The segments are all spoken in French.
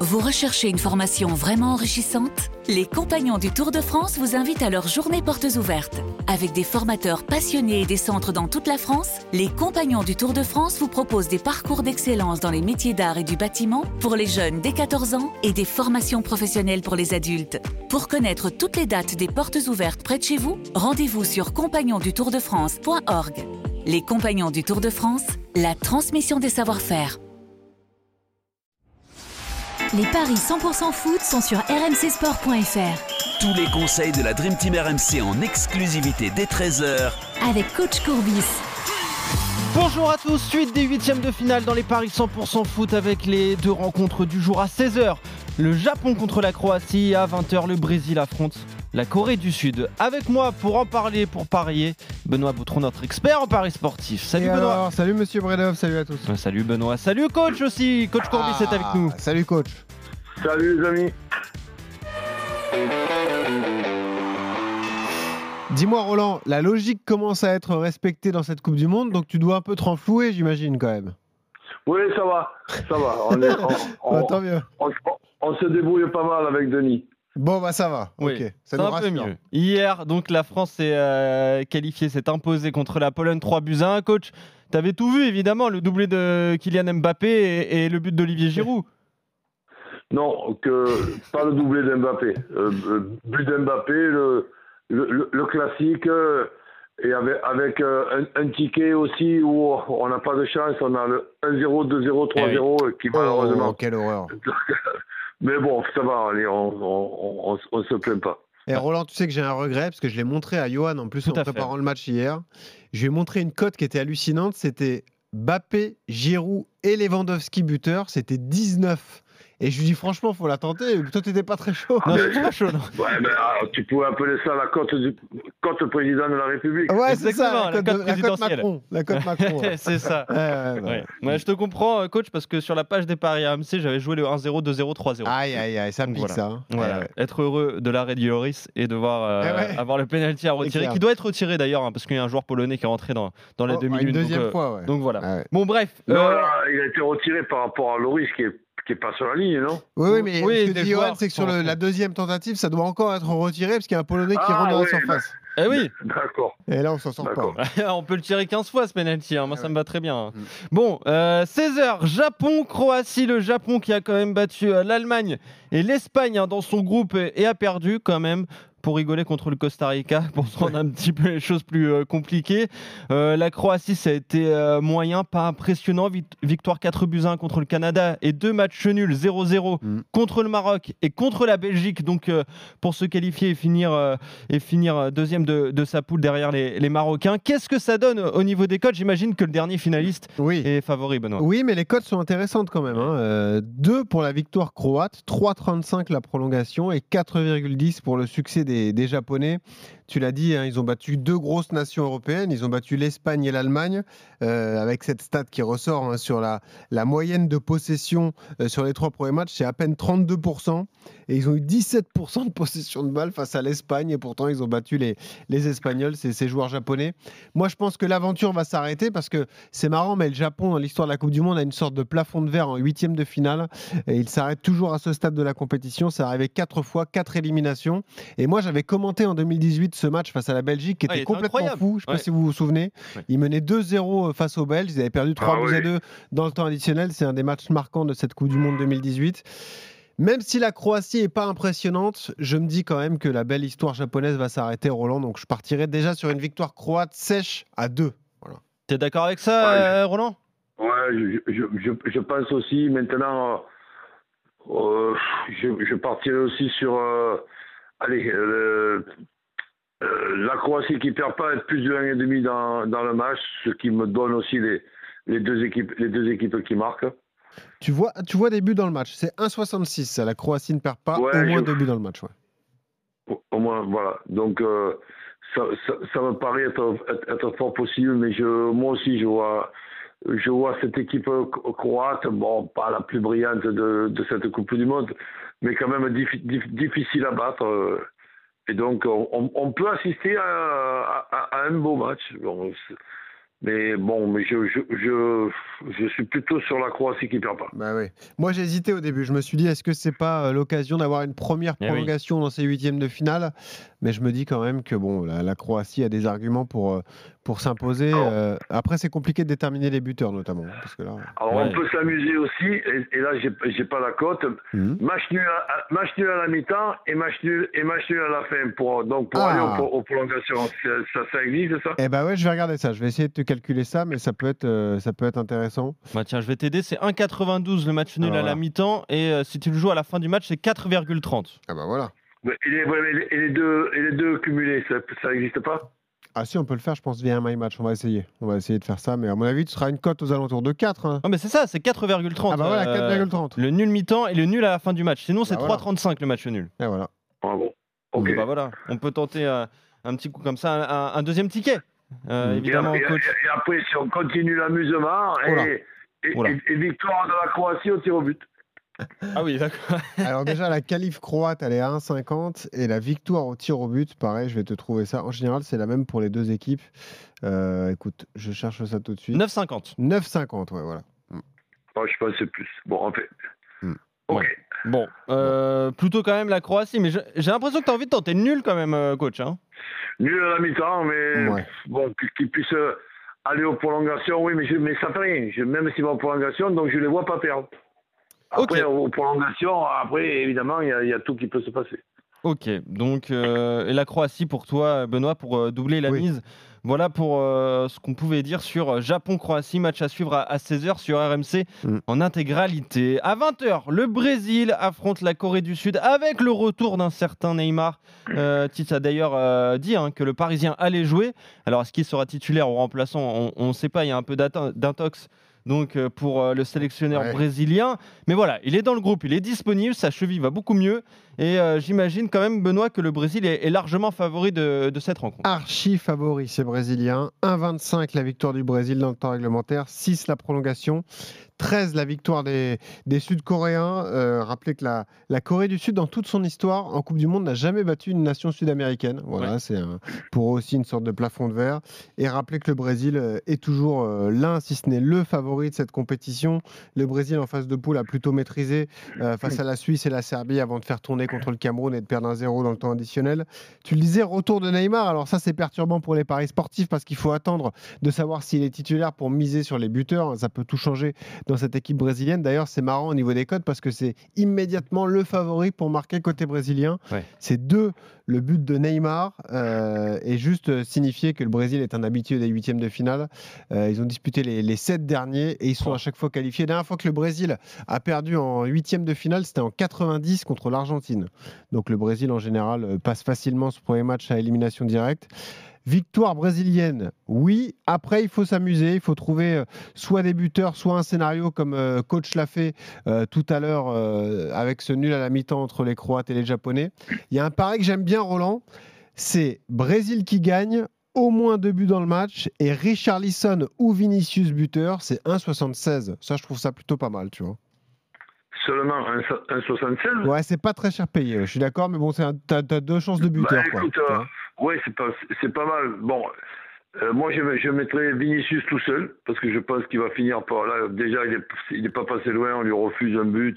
Vous recherchez une formation vraiment enrichissante ? Les Compagnons du Tour de France vous invitent à leur journée portes ouvertes. Avec des formateurs passionnés et des centres dans toute la France, les Compagnons du Tour de France vous proposent des parcours d'excellence dans les métiers d'art et du bâtiment pour les jeunes dès 14 ans et des formations professionnelles pour les adultes. Pour connaître toutes les dates des portes ouvertes près de chez vous, rendez-vous sur compagnonsdutourdefrance.org. Les Compagnons du Tour de France, la transmission des savoir-faire. Les paris 100% foot sont sur rmcsport.fr. Tous les conseils de la Dream Team RMC en exclusivité dès 13h avec coach Courbis. Bonjour à tous, suite des huitièmes de finale dans les paris 100% foot avec les deux rencontres du jour à 16h. Le Japon contre la Croatie, à 20h le Brésil affronte la Corée du Sud. Avec moi pour en parler, pour parier, Benoît Boutron, notre expert en paris sportif. Salut Benoît. Alors, salut Monsieur Bredov, salut à tous. Salut Benoît, salut coach aussi, coach Courbis est avec nous. Salut coach. Salut les amis. Dis-moi Roland, la logique commence à être respectée dans cette Coupe du Monde, donc tu dois un peu te renflouer j'imagine quand même. Oui, ça va. Tant mieux. On se débrouille pas mal avec Denis. Bon bah ça va, oui, ok, ça nous nous rassure. Mieux. Hier, donc la France s'est qualifiée, s'est imposée contre la Pologne 3-1. Coach, t'avais tout vu évidemment, le doublé de Kylian Mbappé et le but d'Olivier Giroud. Non, pas le doublé d'Mbappé. But d'Mbappé, le classique, et avec un ticket aussi où on n'a pas de chance, on a le 1-0, 2-0, 3-0 qui malheureusement... Oh, quelle horreur. Mais bon, ça va, allez, on se plaint pas. Et Roland, tu sais que j'ai un regret, parce que je l'ai montré à Johan en plus en préparant le match hier. Je lui ai montré une cote qui était hallucinante, c'était Mbappé, Giroud et Lewandowski buteur, c'était 19. Et je lui dis franchement, faut la tenter. Toi, t'étais pas très chaud. Non, je suis pas chaud. Non. Ouais, mais tu pouvais appeler ça la cote président de la République. Ouais, c'est ça, la cote présidentielle. La cote Macron. C'est ça. Ouais, je te comprends, coach, parce que sur la page des paris AMC, j'avais joué le 1-0, 2-0, 3-0. Aïe, ça me pique ça. Hein. Voilà. Être heureux de l'arrêt de Lloris et devoir avoir le pénalty à retirer, qui doit être retiré d'ailleurs, hein, parce qu'il y a un joueur polonais qui est rentré dans les 2 minutes. Une deuxième fois, ouais. Donc voilà. Ouais. Bon, bref. Non, il a été retiré par rapport à Lloris qui est pas sur la ligne, non ? Oui, mais ce que dit Johan, c'est que sur la deuxième tentative, ça doit encore être retiré parce qu'il y a un Polonais qui rentre dans la surface. Eh oui. D'accord. Et là, on s'en sort pas. On peut le tirer 15 fois, ce penalty. Moi, ça me va très bien. Bon, 16h, Japon-Croatie. Le Japon qui a quand même battu l'Allemagne et l'Espagne dans son groupe et a perdu quand même. Pour rigoler contre le Costa Rica, pour se rendre un petit peu les choses plus compliquées. La Croatie, ça a été moyen, pas impressionnant. Victoire 4-1 contre le Canada et 2 matchs nuls, 0-0 contre le Maroc et contre la Belgique. Donc, pour se qualifier et finir deuxième de sa poule derrière les Marocains. Qu'est-ce que ça donne au niveau des cotes ? J'imagine que le dernier finaliste est favori, Benoît. Oui, mais les cotes sont intéressantes quand même. 2 pour la victoire croate, 3,35 la prolongation et 4,10 pour le succès des Japonais. Tu l'as dit, ils ont battu 2 grosses nations européennes. Ils ont battu l'Espagne et l'Allemagne avec cette stat qui ressort sur la moyenne de possession sur les 3 premiers matchs. C'est à peine 32%. Et ils ont eu 17% de possession de balle face à l'Espagne. Et pourtant, ils ont battu les Espagnols, ces joueurs japonais. Moi, je pense que l'aventure va s'arrêter parce que c'est marrant, mais le Japon, dans l'histoire de la Coupe du Monde, a une sorte de plafond de verre en 8e de finale. Et il s'arrête toujours à ce stade de la compétition. C'est arrivé 4 fois, 4 éliminations. Et moi, j'avais commenté en 2018 ce match face à la Belgique qui était complètement fou. Je ne sais pas si vous vous souvenez. Ils menaient 2-0 face aux Belges. Ils avaient perdu 3-2 dans le temps additionnel. C'est un des matchs marquants de cette Coupe du Monde 2018. Même si la Croatie n'est pas impressionnante, je me dis quand même que la belle histoire japonaise va s'arrêter, Roland. Donc je partirai déjà sur une victoire croate sèche à 2. Voilà. T'es d'accord avec ça, Roland ? Ouais, je pense aussi. Maintenant, je partirai aussi sur... la Croatie qui ne perd pas être plus de 1,5 dans le match, ce qui me donne aussi les deux équipes qui marquent. Tu vois des buts dans le match. C'est 1,66. La Croatie ne perd pas au moins 2 buts dans le match. Ouais. Au moins, voilà. Donc, ça me paraît être fort possible, mais moi aussi, je vois cette équipe croate, bon, pas la plus brillante de cette Coupe du Monde, mais quand même difficile à battre. Et donc, on peut assister à un beau match. Bon, Mais bon, je suis plutôt sur la Croatie qui perd pas. Bah oui. Moi, j'ai hésité au début. Je me suis dit, est-ce que c'est pas l'occasion d'avoir une première prolongation dans ces huitièmes de finale? Mais je me dis quand même que bon, la Croatie a des arguments pour s'imposer. Après, c'est compliqué de déterminer les buteurs, notamment. Parce que là, alors, on peut s'amuser aussi, et là, j'ai pas la cote. Match nul à la mi-temps et match nul à la fin pour aller aux prolongations. Ça existe, ça? Eh ben ouais, je vais regarder ça. Je vais essayer de te calculer ça, mais ça peut être intéressant. Bah tiens, je vais t'aider. C'est 1,92 le match nul à la mi-temps, et si tu le joues à la fin du match, c'est 4,30. Ah bah voilà. Et les deux cumulés, ça n'existe pas? Ah si, on peut le faire, je pense, via un My Match. On va essayer de faire ça, mais à mon avis, tu seras une cote aux alentours de 4. Hein. Non, mais c'est ça, c'est 4,30. Ah bah voilà, 4,30. Le nul mi-temps et le nul à la fin du match. Sinon, c'est 3,35 le match nul. Et voilà. Ah bon. Ok. Bah voilà, on peut tenter un petit coup comme ça, un deuxième ticket. Évidemment, coach. Et après, si on continue l'amusement, et victoire de la Croatie au tir au but. Ah oui, d'accord. Alors déjà, la qualif croate, elle est à 1,50 et la victoire au tir au but, pareil, je vais te trouver ça. En général, c'est la même pour les deux équipes. Écoute, je cherche ça tout de suite. 9,50. 9,50, ouais, voilà. Je pensais plus. Bon, en fait. Ok. Bon, plutôt quand même la Croatie, mais j'ai l'impression que tu as envie de tenter nul quand même, coach. Hein. Nul à la mi-temps, mais bon, qu'ils puissent aller aux prolongations, oui, mais ça fait rien. Même s'ils vont aux prolongations, donc je ne les vois pas perdre. Après, aux prolongations, évidemment, il y a tout qui peut se passer. Ok, donc et la Croatie pour toi, Benoît, pour doubler la mise. Voilà pour ce qu'on pouvait dire sur Japon-Croatie, match à suivre à 16h sur RMC en intégralité. À 20h, le Brésil affronte la Corée du Sud avec le retour d'un certain Neymar. Tite a d'ailleurs dit que le Parisien allait jouer. Alors, est-ce qu'il sera titulaire ou remplaçant? On ne sait pas, il y a un peu d'intox. Donc pour le sélectionneur brésilien. Mais voilà, il est dans le groupe, il est disponible, sa cheville va beaucoup mieux. Et j'imagine quand même, Benoît, que le Brésil est largement favori de cette rencontre. Archi favori, c'est brésilien. 1,25 la victoire du Brésil dans le temps réglementaire, 6 la prolongation. 13 la victoire des Sud-Coréens. Rappelez que la Corée du Sud, dans toute son histoire, en Coupe du Monde, n'a jamais battu une nation sud-américaine. Voilà, c'est pour eux aussi une sorte de plafond de verre. Et rappelez que le Brésil est toujours l'un, si ce n'est le favori de cette compétition. Le Brésil, en phase de poule, a plutôt maîtrisé face à la Suisse et la Serbie avant de faire tourner contre le Cameroun et de perdre 1-0 dans le temps additionnel. Tu le disais, retour de Neymar. Alors ça, c'est perturbant pour les paris sportifs parce qu'il faut attendre de savoir s'il est titulaire pour miser sur les buteurs. Ça peut tout changer dans cette équipe brésilienne. D'ailleurs, c'est marrant au niveau des codes parce que c'est immédiatement le favori pour marquer côté brésilien. C'est 2 le but de Neymar et juste signifier que le Brésil est un habitué des huitièmes de finale. Ils ont disputé les 7 derniers et ils sont à chaque fois qualifiés. La dernière fois que le Brésil a perdu en huitièmes de finale, c'était en 90 contre l'Argentine. Donc le Brésil en général passe facilement ce premier match à élimination directe. Victoire brésilienne, oui. Après, il faut s'amuser. Il faut trouver soit des buteurs, soit un scénario comme coach l'a fait tout à l'heure avec ce nul à la mi-temps entre les Croates et les Japonais. Il y a un pari que j'aime bien, Roland. C'est Brésil qui gagne, au moins 2 buts dans le match, et Richarlison ou Vinicius buteur, c'est 1,76. Ça, je trouve ça plutôt pas mal, tu vois. Seulement 1,76 ? Ouais, c'est pas très cher payé, je suis d'accord, mais bon, t'as 2 chances de buteur. Écoute, ouais, c'est pas mal. Bon, moi, je mettrais Vinicius tout seul, parce que je pense qu'il va finir par là. Déjà, il n'est pas passé loin, on lui refuse un but,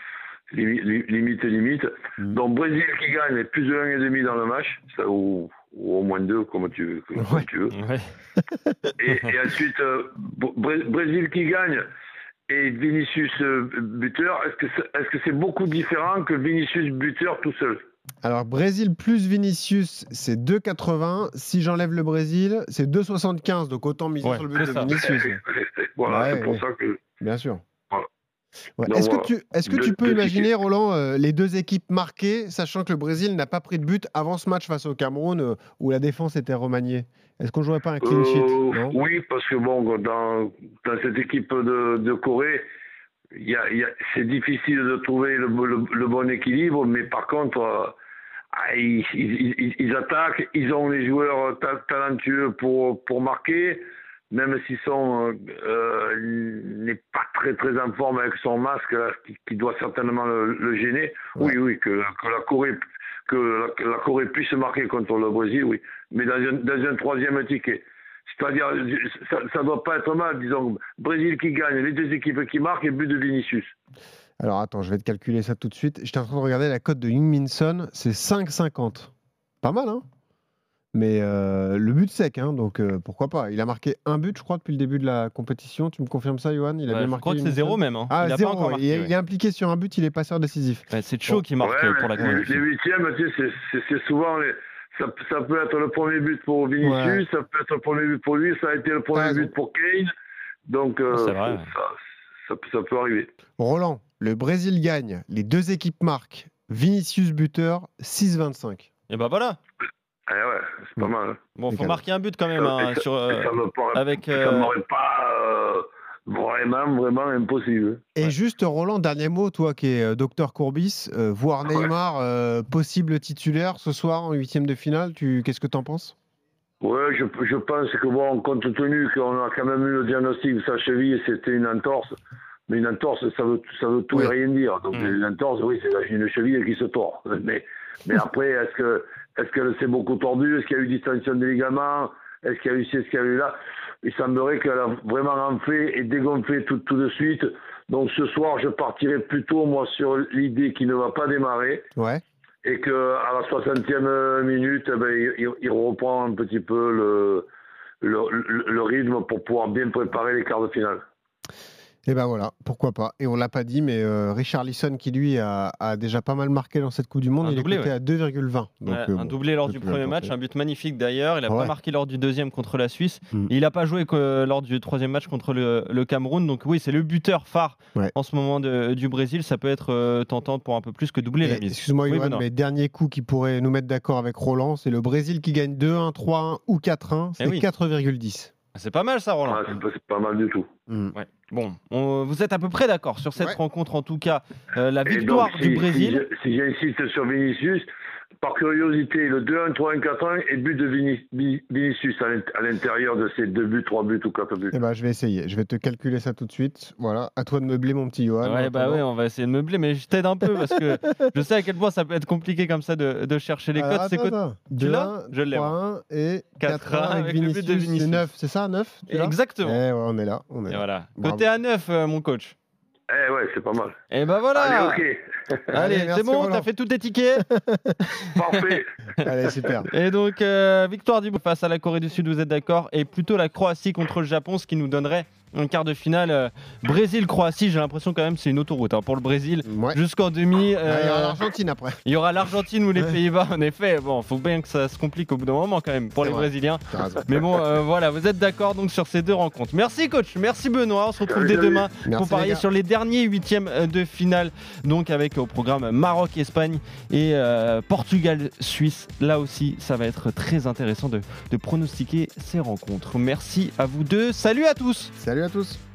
limite. Donc, Brésil qui gagne, plus de 1,5 dans le match, ça, ou au moins 2, comme tu veux. Ouais. Et ensuite, Brésil qui gagne et Vinicius buteur, est-ce que c'est beaucoup différent que Vinicius buteur tout seul ? Alors, Brésil plus Vinicius, c'est 2,80. Si j'enlève le Brésil, c'est 2,75. Donc, autant miser sur le but de Vinicius. Voilà, c'est pour ça que... Bien sûr. Voilà. Ouais. Est-ce que tu peux imaginer, Roland, les deux équipes marquées, sachant que le Brésil n'a pas pris de but avant ce match face au Cameroun, où la défense était remaniée? Est-ce qu'on ne jouerait pas un clean sheet? Oui, parce que bon, dans cette équipe de Corée, c'est difficile de trouver le bon équilibre, mais par contre, ils attaquent, ils ont les joueurs talentueux pour marquer, même s'ils n'est pas très très en forme avec son masque là, qui doit certainement le gêner. Ouais. Oui, que la Corée puisse marquer contre le Brésil, oui, mais dans un troisième ticket. C'est-à-dire, ça ne doit pas être mal, disons, Brésil qui gagne, les deux équipes qui marquent et but de Vinicius. Alors attends, je vais te calculer ça tout de suite. J'étais en train de regarder la cote de Heung-min Son, c'est 5,50. Pas mal, hein? Mais le but sec, hein, donc pourquoi pas. Il a marqué un but, je crois, depuis le début de la compétition. Tu me confirmes ça, Johan? Il a bien marqué. Je crois que c'est 0 même. Hein. Ah, il a 0. pas encore marqué, il est impliqué sur un but, il est passeur décisif. C'est Cho qui marque pour la compétition. Les huitièmes, tu sais, c'est souvent... Ça peut être le premier but pour Vinicius, ça peut être le premier but pour lui, ça a été le premier but pour Kane. Donc, c'est vrai. ça peut arriver. Roland, le Brésil gagne, les deux équipes marquent. Vinicius buteur, 6,25. Et ben voilà. Ouais, c'est pas mal. Bon, faut marquer un but quand même. Ça m'aurait pas vraiment impossible. Et juste, Roland, dernier mot, toi qui es docteur Courbis, voir Neymar possible titulaire ce soir en huitième de finale, qu'est-ce que tu en penses? Ouais, je pense que bon, compte tenu qu'on a quand même eu le diagnostic de sa cheville, c'était une entorse. Mais une entorse, ça veut tout et rien dire. Donc une entorse, oui, c'est une cheville qui se tord. Mais après, est-ce qu'elle s'est beaucoup tordue? Est-ce qu'il y a eu distension des ligaments? Est-ce qu'il y a eu ci, est-ce qu'il y a eu là? Il semblerait qu'elle a vraiment enflé et dégonflé tout de suite. Donc ce soir, je partirai plutôt, moi, sur l'idée qu'il ne va pas démarrer. Ouais. Et qu'à la 60e minute, il reprend un petit peu le rythme pour pouvoir bien préparer les quarts de finale. Et ben voilà, pourquoi pas. Et on l'a pas dit, mais Richarlison qui lui a déjà pas mal marqué dans cette Coupe du Monde, il est coté à 2,20. Un doublé lors du premier match, un but magnifique d'ailleurs. Il n'a pas marqué lors du deuxième contre la Suisse. Il n'a pas joué lors du troisième match contre le Cameroun. Donc oui, c'est le buteur phare en ce moment du Brésil. Ça peut être tentant pour un peu plus que doubler la mise. Excuse-moi, Yoann, mais dernier coup qui pourrait nous mettre d'accord avec Roland, c'est le Brésil qui gagne 2-1, 3-1 ou 4-1. C'est 4,10. C'est pas mal ça, Roland. C'est pas mal du tout. Ouais. Bon, vous êtes à peu près d'accord sur cette rencontre, en tout cas. La victoire du Brésil. Si j'insiste sur Vinicius, par curiosité, le 2-1, 3-1, 4-1 et but de Vinicius à l'intérieur de ces 2 buts, 3 buts ou 4 buts. Eh ben, je vais essayer. Je vais te calculer ça tout de suite. Voilà. À toi de meubler, mon petit Johan. Ouais, on va essayer de meubler, mais je t'aide un peu parce que je sais à quel point ça peut être compliqué comme ça de chercher les codes. C'est quoi? 2-1, je l'ai. 3-1 et 4-1 avec Vinicius. le but de Vinicius. C'est 9, c'est ça, 9? Exactement. Ouais, on est là. Et voilà. Côté à 9, mon coach. Ouais, c'est pas mal. Et ben voilà. Allez, ok. Allez, c'est bon, t'as fait tous tes tickets. Parfait. Allez, super. Et donc, victoire du face à la Corée du Sud, vous êtes d'accord? Et plutôt la Croatie contre le Japon, ce qui nous donnerait un quart de finale. Brésil-Croatie, j'ai l'impression quand même c'est une autoroute pour le Brésil. Jusqu'en demi. Il y aura l'Argentine après. Il y aura l'Argentine ou les Pays-Bas, en effet. Bon, faut bien que ça se complique au bout d'un moment quand même pour les Brésiliens. Mais bon, voilà, vous êtes d'accord donc sur ces deux rencontres. Merci coach, merci Benoît. On se retrouve dès demain pour parier sur les derniers huitièmes de finale. Donc avec au programme Maroc-Espagne et Portugal-Suisse. Là aussi, ça va être très intéressant de pronostiquer ces rencontres. Merci à vous deux. Salut à tous. Salut à tous.